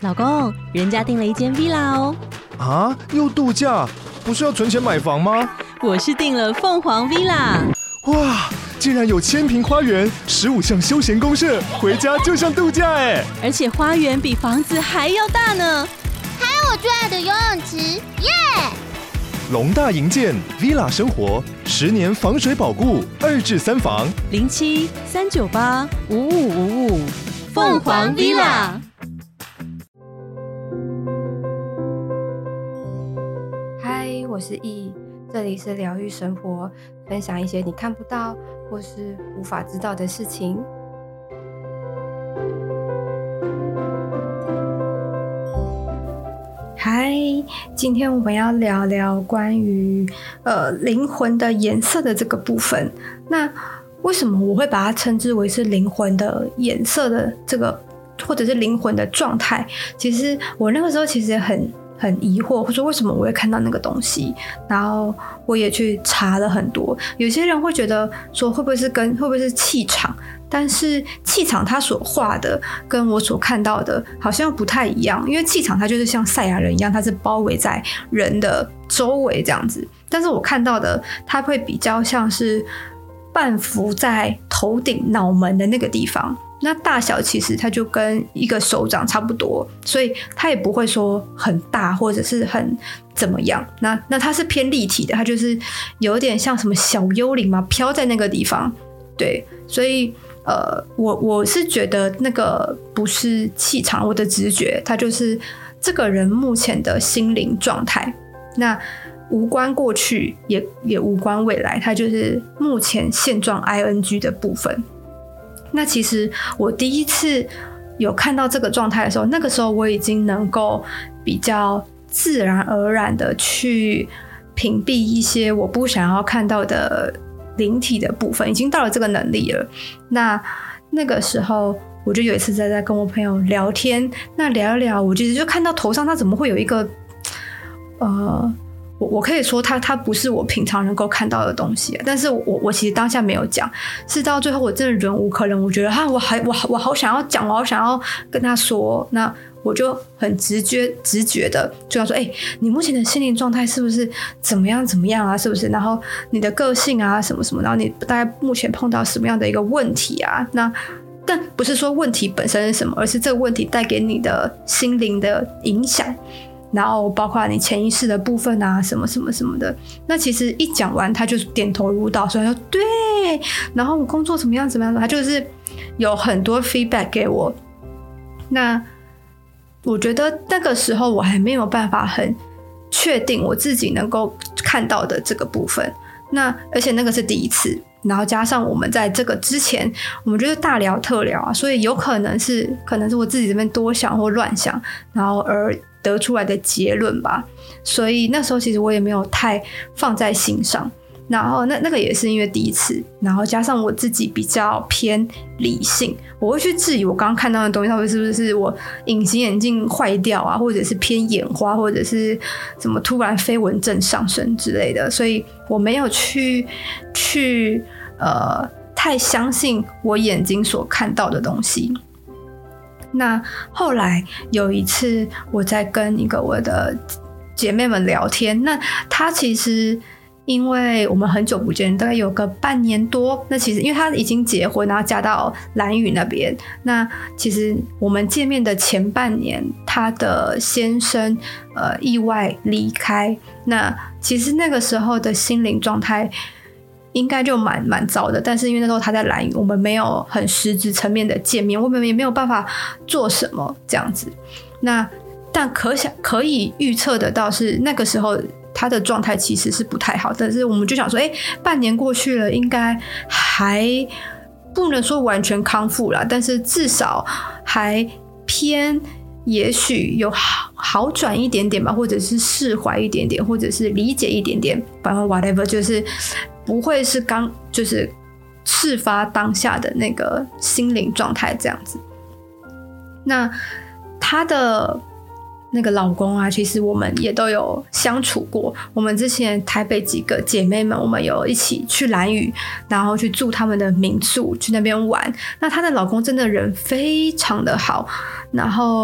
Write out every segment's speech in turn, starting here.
老公，人家订了一间 villa 哦。 啊，又度假？不是要存钱买房吗？ 我是订了凤凰 villa。 哇，竟然有1000坪花园，15项休闲公社，回家就像度假哎！ 而且花园比房子还要大呢。 还有我最爱的游泳池，耶！ 龙大营建 villa 生活，10年防水保固，2至3房 07-398-5555，凤凰 villa。 嗨，我是易，这里是疗愈生活，分享一些你看不到或是无法知道的事情。嗨，今天我们要聊聊关于灵魂的颜色的这个部分。那为什么我会把它称之为是灵魂的颜色的这个，或者是灵魂的状态？其实我那个时候其实很疑惑，或者为什么我会看到那个东西，然后我也去查了很多。有些人会觉得说会不会是气场，但是气场它所画的跟我所看到的好像不太一样，因为气场它就是像赛亚人一样，它是包围在人的周围这样子，但是我看到的它会比较像是半浮在头顶脑门的那个地方，那大小其实它就跟一个手掌差不多，所以它也不会说很大或者是很怎么样。那它是偏立体的，它就是有点像什么小幽灵嘛，飘在那个地方。对，所以我是觉得那个不是气场，我的直觉它就是这个人目前的心灵状态。那无关过去，也无关未来，它就是目前现状 ING 的部分。那其实我第一次有看到这个状态的时候，那个时候我已经能够比较自然而然的去屏蔽一些我不想要看到的灵体的部分，已经到了这个能力了。那个时候我就有一次在跟我朋友聊天，那聊一聊，我就看到头上他怎么会有一个我可以说它不是我平常能够看到的东西，但是我其实当下没有讲，是到最后我真的忍无可忍，我觉得我好想要讲，我好想要跟他说，那我就很直觉的就要说，你目前的心灵状态是不是怎么样啊，是不是？然后你的个性啊什么什么，然后你大概目前碰到什么样的一个问题啊？那但不是说问题本身是什么，而是这个问题带给你的心灵的影响。然后包括你潜意识的部分啊，什么什么什么的。那其实一讲完，他就点头如捣，所以他说对。然后我工作怎么样的，他就是有很多 feedback 给我。那我觉得那个时候我还没有办法很确定我自己能够看到的这个部分。那而且那个是第一次，然后加上我们在这个之前，我们就是大聊特聊啊，所以有可能是我自己这边多想或乱想，然后而得出来的结论吧。所以那时候其实我也没有太放在心上，然后那个也是因为第一次，然后加上我自己比较偏理性，我会去质疑我刚刚看到的东西到底是不是我隐形眼镜坏掉啊，或者是偏眼花，或者是什么突然飞蚊症上升之类的，所以我没有去太相信我眼睛所看到的东西。那后来有一次我在跟一个我的姐妹们聊天，那她其实因为我们很久不见，大概有个半年多，那其实因为她已经结婚，然后嫁到兰屿那边，那其实我们见面的前半年她的先生意外离开，那其实那个时候的心灵状态应该就蛮糟的，但是因为那时候他在兰屿，我们没有很实质层面的见面，我们也没有办法做什么这样子。那但可以预测得到是那个时候他的状态其实是不太好，但是我们就想说，半年过去了，应该还不能说完全康复啦，但是至少还偏也许有好转一点点吧，或者是释怀一点点，或者是理解一点点，反正 whatever， 就是不会是就是事发当下的那个心灵状态这样子。那她的那个老公啊，其实我们也都有相处过。我们之前台北几个姐妹们，我们有一起去兰屿，然后去住他们的民宿，去那边玩。那她的老公真的人非常的好，然后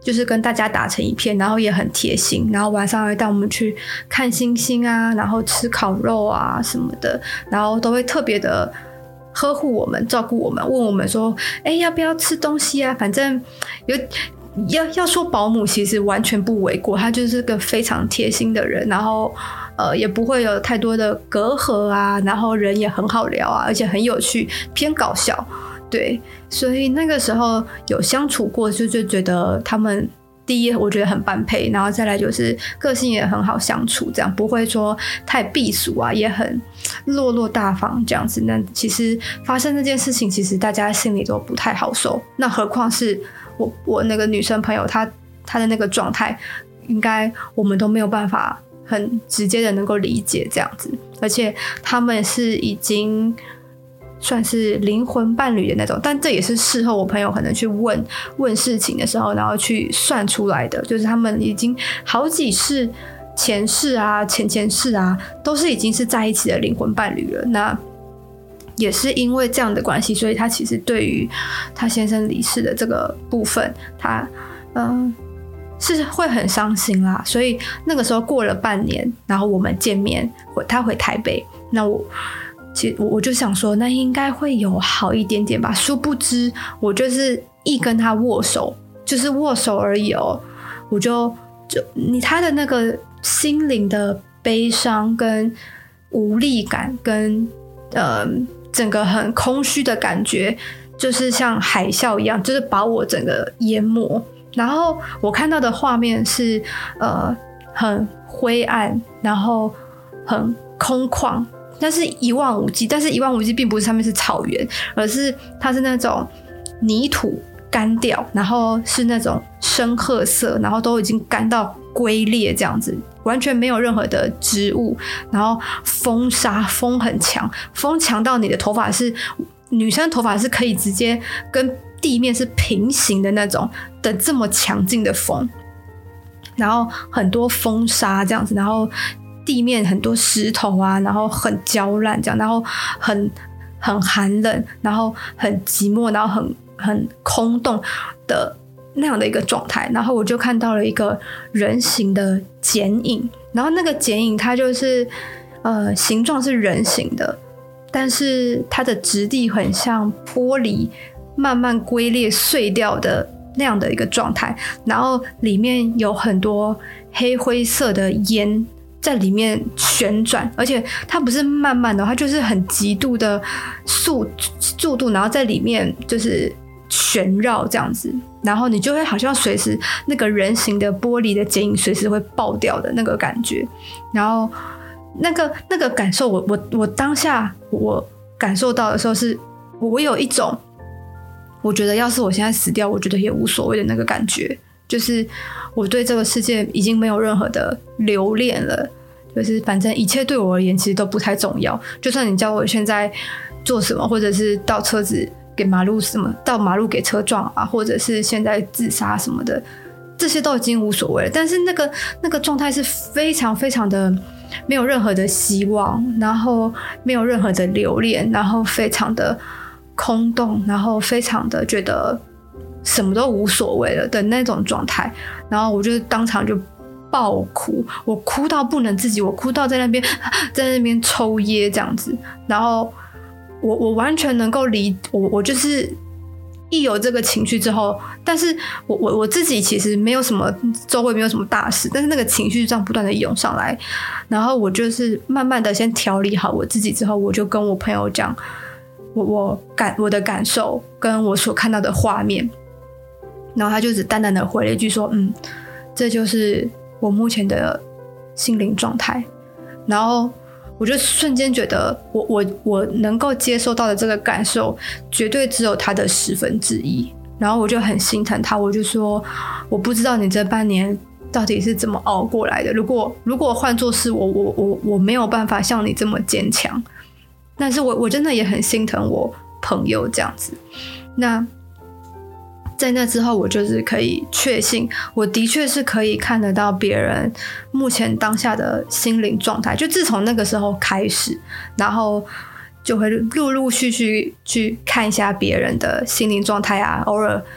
就是跟大家打成一片，然后也很贴心，然后晚上会带我们去看星星啊，然后吃烤肉啊什么的，然后都会特别的呵护我们，照顾我们，问我们说要不要吃东西啊，反正要说保姆其实完全不为过，他就是个非常贴心的人，然后也不会有太多的隔阂啊，然后人也很好聊啊，而且很有趣，偏搞笑。对，所以那个时候有相处过，就觉得他们第一我觉得很般配，然后再来就是个性也很好相处，这样不会说太避俗啊，也很落落大方这样子。那其实发生这件事情，其实大家心里都不太好受，那何况是我那个女生朋友她的那个状态，应该我们都没有办法很直接的能够理解这样子。而且他们是已经算是灵魂伴侣的那种，但这也是事后我朋友可能去问事情的时候，然后去算出来的，就是他们已经好几世前世啊、前世啊，都是已经是在一起的灵魂伴侣了。那也是因为这样的关系，所以他其实对于他先生离世的这个部分，他是会很伤心啦。所以那个时候过了半年，然后我们见面，他回台北，那其实我就想说，那应该会有好一点点吧。殊不知，我就是一跟他握手，就是握手而已哦。我就他的那个心灵的悲伤跟无力感，跟整个很空虚的感觉，就是像海啸一样，就是把我整个淹没。然后我看到的画面是很灰暗，然后很空旷。但是一望无际，但是一望无际并不是上面是草原，而是它是那种泥土干掉，然后是那种深褐色，然后都已经干到龟裂这样子，完全没有任何的植物，然后风很强，风强到你的头发是女生的头发是可以直接跟地面是平行的那种的这么强劲的风，然后很多风沙这样子，然后地面很多石头啊，然后很焦烂这样，然后很寒冷，然后很寂寞，然后很空洞的那样的一个状态。然后我就看到了一个人形的剪影，然后那个剪影它就是形状是人形的，但是它的质地很像玻璃慢慢龟裂碎掉的那样的一个状态，然后里面有很多黑灰色的烟在里面旋转，而且它不是慢慢的，它就是很极度的速度，然后在里面就是旋绕这样子，然后你就会好像随时那个人形的玻璃的剪影随时会爆掉的那个感觉。然后那个感受我当下我感受到的时候，是我有一种我觉得要是我现在死掉我觉得也无所谓的那个感觉，就是我对这个世界已经没有任何的留恋了，就是反正一切对我而言其实都不太重要，就算你叫我现在做什么，或者是倒车子给马路什么，倒马路给车撞啊，或者是现在自杀什么的，这些都已经无所谓了。但是那个状态是非常非常的没有任何的希望，然后没有任何的留恋，然后非常的空洞，然后非常的觉得什么都无所谓了的那种状态。然后我就当场就爆哭，我哭到不能自己，我哭到在那边抽噎这样子。然后我完全能够我就是一有这个情绪之后，但是我自己其实没有什么，周围没有什么大事，但是那个情绪这样不断的涌上来，然后我就是慢慢的先调理好我自己之后，我就跟我朋友讲我的感受跟我所看到的画面，然后他就只淡淡的回了一句说这就是我目前的心灵状态。然后我就瞬间觉得我能够接受到的这个感受绝对只有他的1/10，然后我就很心疼他，我就说我不知道你这半年到底是怎么熬过来的，如果换作是我没有办法像你这么坚强，但是我真的也很心疼我朋友这样子。那在那之后，我就是可以确信，我的确是可以看得到别人目前当下的心灵状态。就自从那个时候开始，然后就会陆陆续续去看一下别人的心灵状态啊，偶尔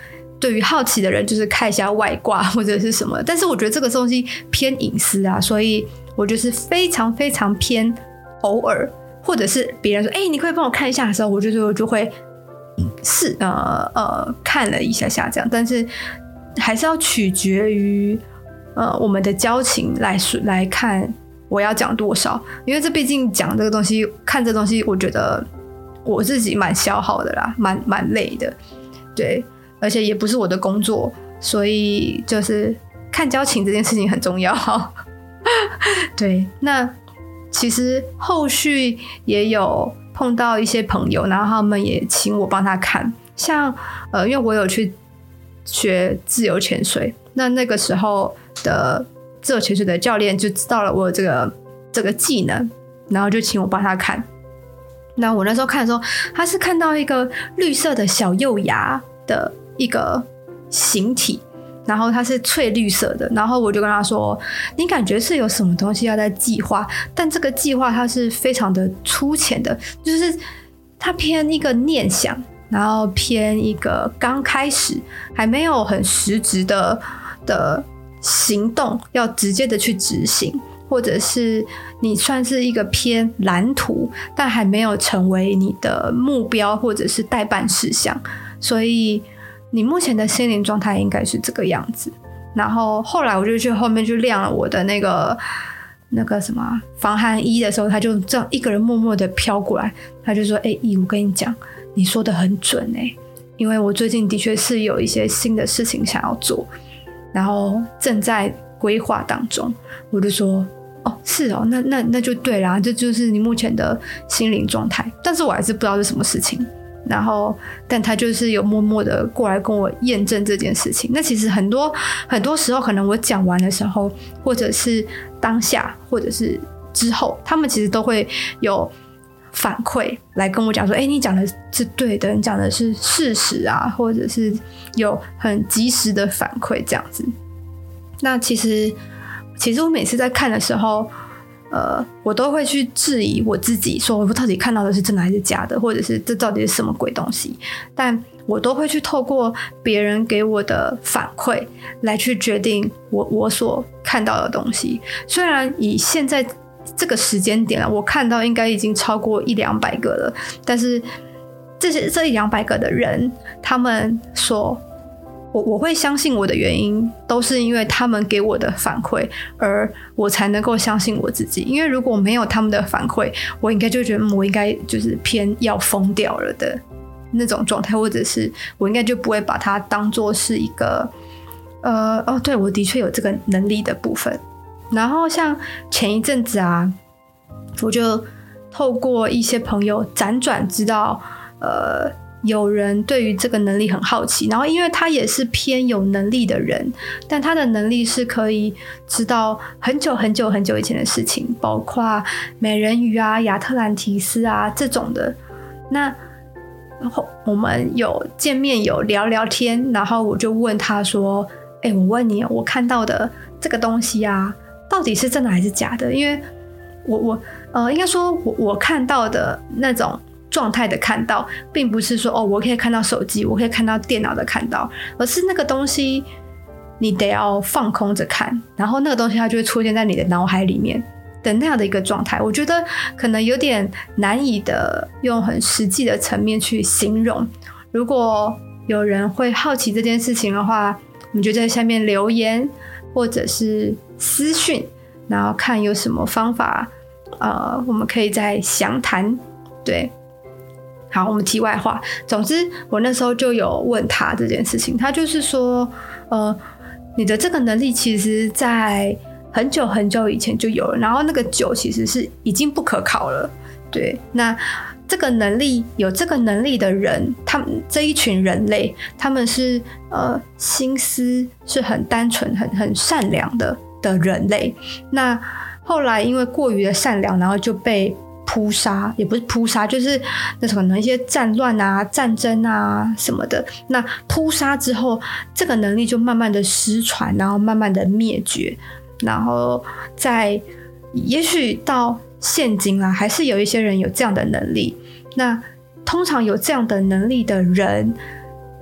对于好奇的人就是看一下外挂或者是什么，但是我觉得这个东西偏隐私啊，所以我就是非常非常偏偶尔，或者是别人说你可以帮我看一下的时候，我就会看了一下下这样，但是还是要取决于我们的交情来看我要讲多少，因为这毕竟讲这个东西看这东西，我觉得我自己蛮消耗的啦，蛮累的，对，而且也不是我的工作，所以就是看交情这件事情很重要对，那其实后续也有碰到一些朋友，然后他们也请我帮他看，像因为我有去学自由潜水，那个时候的自由潜水的教练就知道了我有这个技能，然后就请我帮他看。那我那时候看的时候，他是看到一个绿色的小幼芽的一个形体，然后它是翠绿色的，然后我就跟他说，你感觉是有什么东西要在计划，但这个计划它是非常的粗浅的，就是它偏一个念想，然后偏一个刚开始还没有很实质的行动要直接的去执行，或者是你算是一个偏蓝图，但还没有成为你的目标或者是待办事项，所以你目前的心灵状态应该是这个样子。然后后来我就去后面去晾了我的那个什么防寒衣的时候，他就这样一个人默默的飘过来，他就说我跟你讲，你说的很准因为我最近的确是有一些新的事情想要做，然后正在规划当中。我就说是那就对啦，这就是你目前的心灵状态，但是我还是不知道是什么事情，然后但他就是有默默的过来跟我验证这件事情。那其实很多时候可能我讲完的时候，或者是当下，或者是之后，他们其实都会有反馈来跟我讲说你讲的是对的，你讲的是事实啊，或者是有很及时的反馈这样子。那其实我每次在看的时候我都会去质疑我自己，说我到底看到的是真的还是假的，或者是这到底是什么鬼东西，但我都会去透过别人给我的反馈来去决定我所看到的东西。虽然以现在这个时间点我看到应该已经超过100-200个了，但是这100-200个的人，他们我会相信我的原因，都是因为他们给我的反馈，而我才能够相信我自己。因为如果没有他们的反馈，我应该就觉得我应该就是偏要疯掉了的那种状态，或者是我应该就不会把它当作是一个对，我的确有这个能力的部分。然后像前一阵子啊，我就透过一些朋友辗转知道有人对于这个能力很好奇，然后因为他也是偏有能力的人，但他的能力是可以知道很久很久很久以前的事情，包括美人鱼啊、亚特兰提斯啊这种的。那我们有见面有聊聊天，然后我就问他说我问你，我看到的这个东西啊到底是真的还是假的？因为我应该说我看到的那种状态的看到，并不是说我可以看到手机，我可以看到电脑的看到，而是那个东西你得要放空着看，然后那个东西它就会出现在你的脑海里面的那样的一个状态。我觉得可能有点难以的用很实际的层面去形容。如果有人会好奇这件事情的话，你就在下面留言或者是私讯，然后看有什么方法我们可以再详谈。对，好，我们题外话。总之我那时候就有问他这件事情，他就是说你的这个能力其实在很久很久以前就有了，然后那个久其实是已经不可考了。对，那这个能力有这个能力的人，他们这一群人类，他们是心思是很单纯很善良的人类。那后来因为过于的善良，然后就被扑杀，也不是扑杀，就是那可能一些战乱啊、战争啊什么的。那扑杀之后，这个能力就慢慢的失传，然后慢慢的灭绝，然后在也许到现今啦，还是有一些人有这样的能力。那通常有这样的能力的人，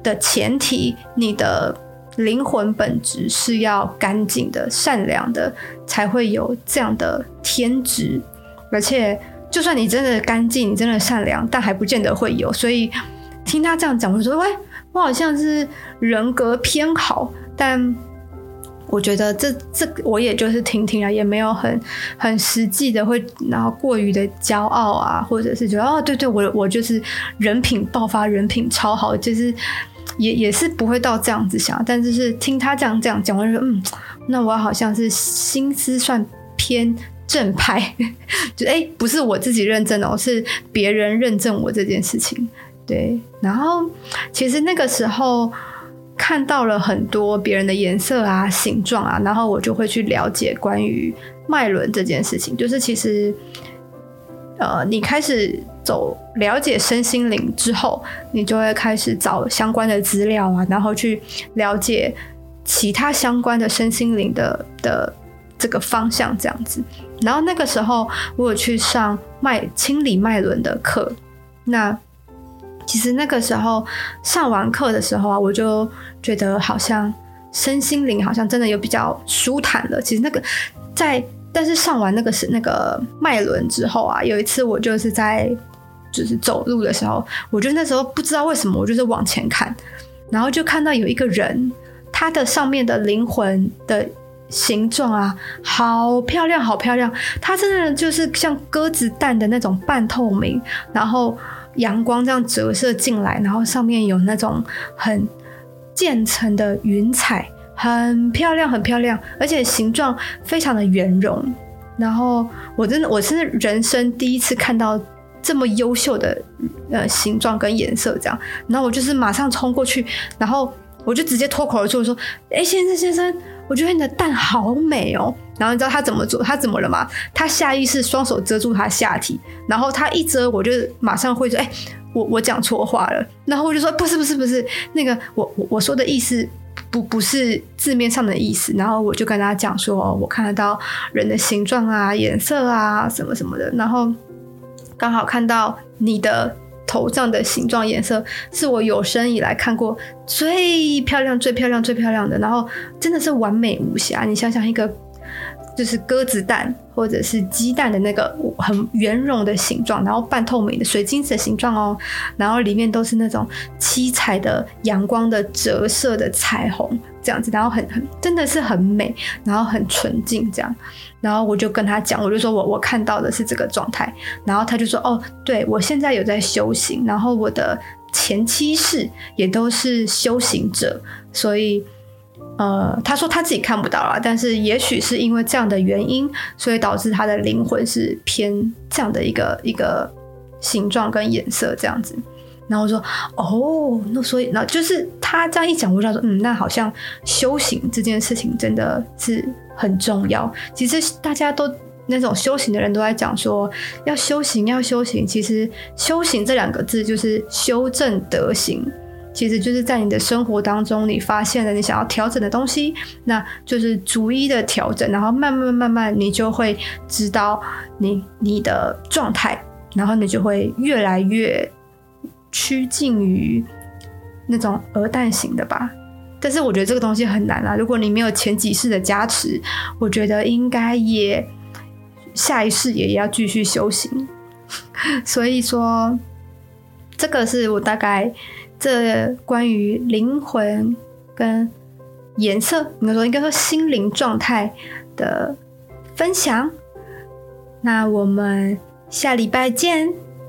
的前提，你的灵魂本质是要干净的、善良的，才会有这样的天职。而且就算你真的干净，你真的善良，但还不见得会有。所以听他这样讲，我就说喂，我好像是人格偏好，但我觉得这我也就是听听啊，也没有很实际的会然后过于的骄傲啊，或者是觉得哦对我就是人品爆发，人品超好，就是也是不会到这样子想。但是听他这样讲，我就说那我好像是心思算偏正派，就不是我自己认证哦，是别人认证我这件事情。对，然后其实那个时候看到了很多别人的颜色啊、形状啊，然后我就会去了解关于脉轮这件事情。就是其实你开始了解身心灵之后，你就会开始找相关的资料啊，然后去了解其他相关的身心灵的这个方向这样子。然后那个时候我有去上清理脉轮的课，那其实那个时候上完课的时候啊，我就觉得好像身心灵好像真的有比较舒坦了。其实但是上完那个脉轮之后啊，有一次我就是走路的时候，我就那时候不知道为什么我就是往前看，然后就看到有一个人，他的上面的灵魂的形状啊，好漂亮好漂亮，它真的就是像鸽子蛋的那种半透明，然后阳光这样折射进来，然后上面有那种很渐层的云彩，很漂亮很漂亮，而且形状非常的圆融。然后我是人生第一次看到这么优秀的形状跟颜色这样，然后我就是马上冲过去，然后我就直接脱口而出说先生，我觉得你的蛋好美哦。然后你知道他怎么做？他怎么了吗？他下意识双手遮住他下体，然后他一遮，我就马上会说我讲错话了。然后我就说不是那个我说的意思不是字面上的意思。然后我就跟他讲说我看得到人的形状啊、颜色啊什么什么的，然后刚好看到你的头上的形状颜色是我有生以来看过最漂亮的，然后真的是完美无瑕。你想想一个就是鸽子蛋或者是鸡蛋的那个很圆融的形状，然后半透明的水晶的形状哦，然后里面都是那种七彩的阳光的折射的彩虹这样子，然后真的是很美，然后很纯净这样。然后我就跟他讲，我就说我看到的是这个状态，然后他就说对，我现在有在修行，然后我的前七世也都是修行者，所以他说他自己看不到啦，但是也许是因为这样的原因，所以导致他的灵魂是偏这样的一个形状跟颜色这样子。然后我说那所以那就是他这样一讲，我就说那好像修行这件事情真的是很重要。其实大家都那种修行的人都在讲说要修行，其实修行这两个字就是修正德行，其实就是在你的生活当中你发现了你想要调整的东西，那就是逐一的调整，然后慢慢你就会知道你的状态，然后你就会越来越趋近于那种鹅蛋型的吧。但是我觉得这个东西很难啊，如果你没有前几世的加持，我觉得应该也下一世也要继续修行。所以说这个是我大概这关于灵魂跟颜色，应该说心灵状态的分享。那我们下礼拜见。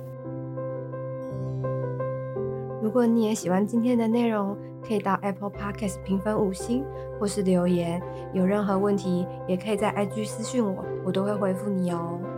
如果你也喜欢今天的内容，可以到 Apple Podcast 评分5星或是留言，有任何问题也可以在 IG 私讯我，我都会回复你哦。